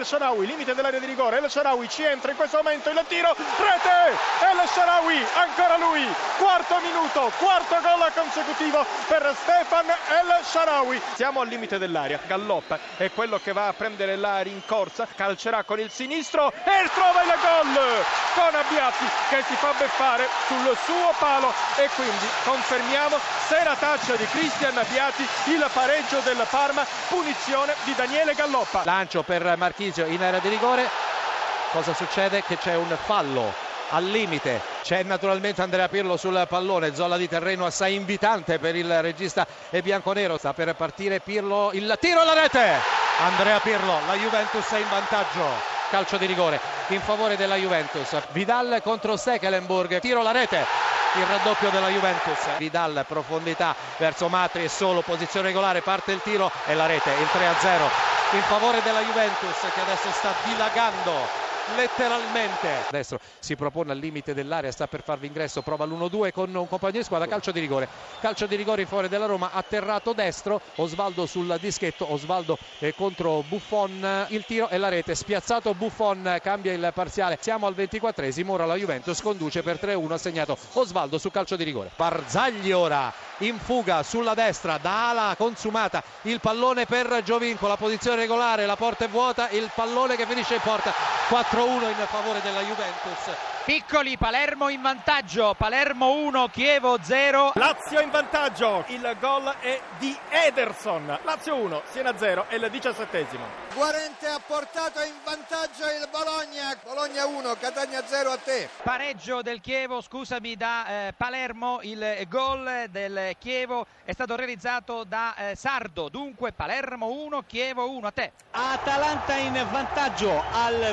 Shaarawy, limite dell'area di rigore, El Shaarawy ci entra in questo momento, il tiro, rete, El Shaarawy, ancora lui, quarto minuto, quarto gol consecutivo per Stefan El Shaarawy. Siamo al limite dell'area, Gallop è quello che va a prendere la rincorsa, calcerà con il sinistro e trova il gol con Abbiati che si fa beffare sul suo palo e quindi confermiamo serataccia di Cristian Abbiati, il pareggio del Parma, punizione di Daniele Galloppa. Lancio per Marchisio in area di rigore, cosa succede? Che c'è un fallo al limite, c'è naturalmente Andrea Pirlo sul pallone, zona di terreno assai invitante per il regista bianconero, sta per partire Pirlo, il tiro alla rete, Andrea Pirlo, la Juventus è in vantaggio, calcio di rigore in favore della Juventus, Vidal contro Stekelenburg, tiro alla rete, il raddoppio della Juventus, Vidal profondità verso Matri, è solo posizione regolare, parte il tiro e la rete, il 3-0 in favore della Juventus che adesso sta dilagando letteralmente. Destro si propone al limite dell'area, sta per farvi ingresso, prova l'1-2 con un compagno di squadra, calcio di rigore in favore della Roma, atterrato destro, Osvaldo sul dischetto, Osvaldo contro Buffon, il tiro e la rete, spiazzato Buffon, cambia il parziale, siamo al 24esimo, ora la Juventus conduce per 3-1, ha segnato Osvaldo su calcio di rigore. Barzagli ora in fuga sulla destra, da ala consumata, il pallone per Giovinco, la posizione regolare, la porta è vuota, il pallone che finisce in porta, 4-1 in favore della Juventus. Piccoli, Palermo in vantaggio, Palermo 1, Chievo 0. Lazio in vantaggio, il gol è di Ederson, Lazio 1, Siena 0, è il 17esimo. Guarente ha portato in vantaggio il Bologna, Bologna 1, Catania 0 a te. Pareggio del Chievo, scusami, da Palermo, il gol del Chievo è stato realizzato da Sardo, dunque Palermo 1, Chievo 1 a te. Atalanta in vantaggio al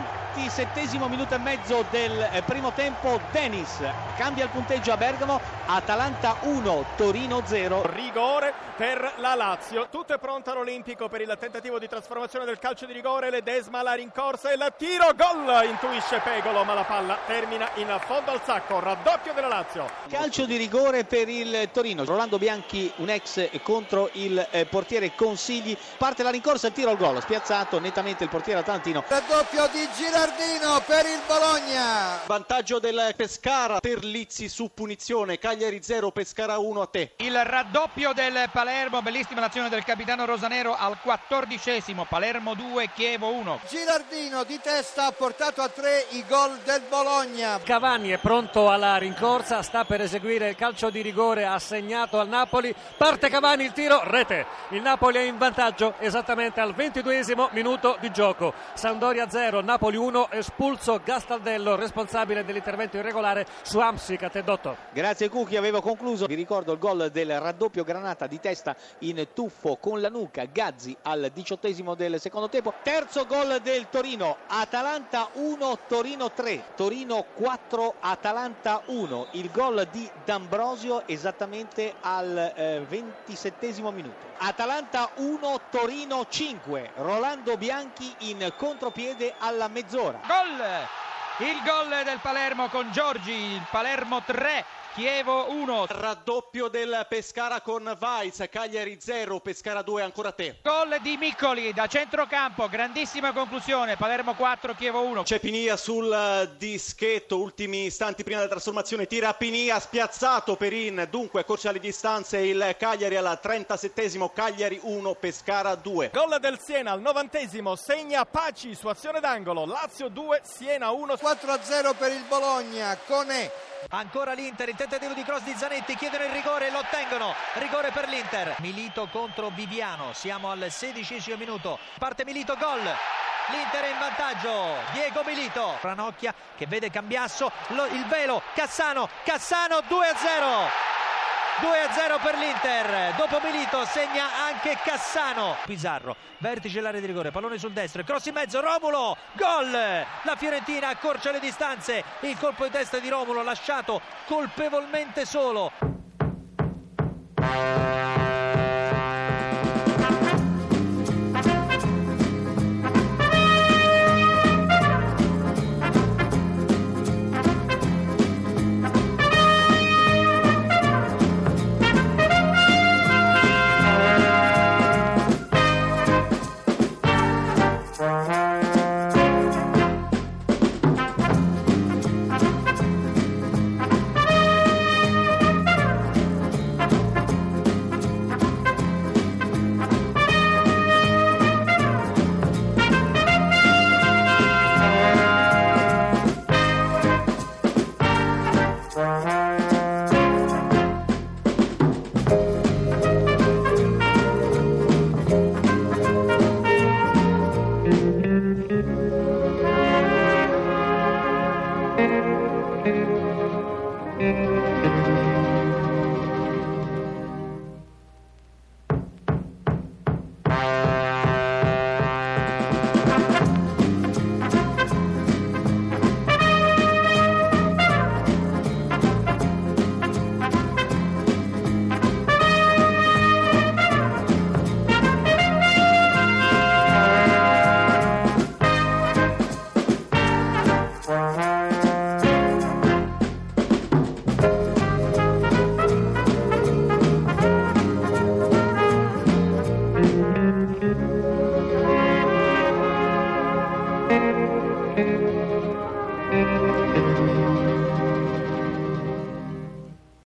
27esimo minuto e mezzo del primo tempo, Denis cambia il punteggio a Bergamo, Atalanta 1, Torino 0. Rigore per la Lazio, tutto è pronto all'Olimpico per il tentativo di trasformazione del calcio di rigore, Ledesma la rincorsa e il tiro, gol, intuisce Pegolo ma la palla termina in fondo al sacco, raddoppio della Lazio. Calcio di rigore per il Torino, Rolando Bianchi un ex contro il portiere Consigli, parte la rincorsa, il tiro al gol, spiazzato nettamente il portiere atalantino. Raddoppio di Girardino per il Bologna. Vantaggio del Pescara, Terlizzi su punizione, Cagliari 0, Pescara 1 a te. Il raddoppio del Palermo, bellissima l'azione del capitano rosanero al 14esimo, Palermo 2, Chievo 1. Girardino di testa ha portato a 3 i gol del Bologna. Cavani è pronto alla rincorsa, sta per eseguire il calcio di rigore assegnato al Napoli, parte Cavani, il tiro, rete. Il Napoli è in vantaggio esattamente al 22esimo minuto di gioco. Sampdoria 0, Napoli 1, espulso Gastaldello, responsabile dell'intervento irregolare su Amsic, Tedotto. Grazie Cucchi, avevo concluso. Vi ricordo il gol del raddoppio Granata di testa in tuffo con la nuca, Gazzi al 18esimo del secondo tempo. Terzo gol del Torino, Atalanta 1, Torino 3, Torino 4, Atalanta 1. Il gol di D'Ambrosio esattamente al 27esimo minuto. Atalanta 1, Torino 5, Rolando Bianchi in contropiede alla mezz'ora. Il gol del Palermo con Giorgi, il Palermo 3, Chievo 1. Raddoppio del Pescara con Weiss, Cagliari 0, Pescara 2, ancora te. Gol di Miccoli da centrocampo, grandissima conclusione, Palermo 4, Chievo 1. C'è Pinia sul dischetto, ultimi istanti prima della trasformazione, tira Pinia, spiazzato Perin, dunque corce alle distanze il Cagliari al 37esimo, Cagliari 1, Pescara 2. Gol del Siena al 90esimo, segna Paci su azione d'angolo, Lazio 2, Siena 1. 4-0 per il Bologna, Conè. Ancora l'Inter, il tentativo di cross di Zanetti, chiedono il rigore e lo ottengono, rigore per l'Inter. Milito contro Viviano, siamo al 16esimo minuto, parte Milito, gol. L'Inter è in vantaggio, Diego Milito. Ranocchia che vede Cambiasso, il velo, Cassano 2-0. 2-0 per l'Inter, dopo Milito segna anche Cassano. Pizarro, vertice l'area di rigore, pallone sul destro, cross in mezzo, Romulo, gol! La Fiorentina accorcia le distanze, il colpo di testa di Romulo lasciato colpevolmente solo.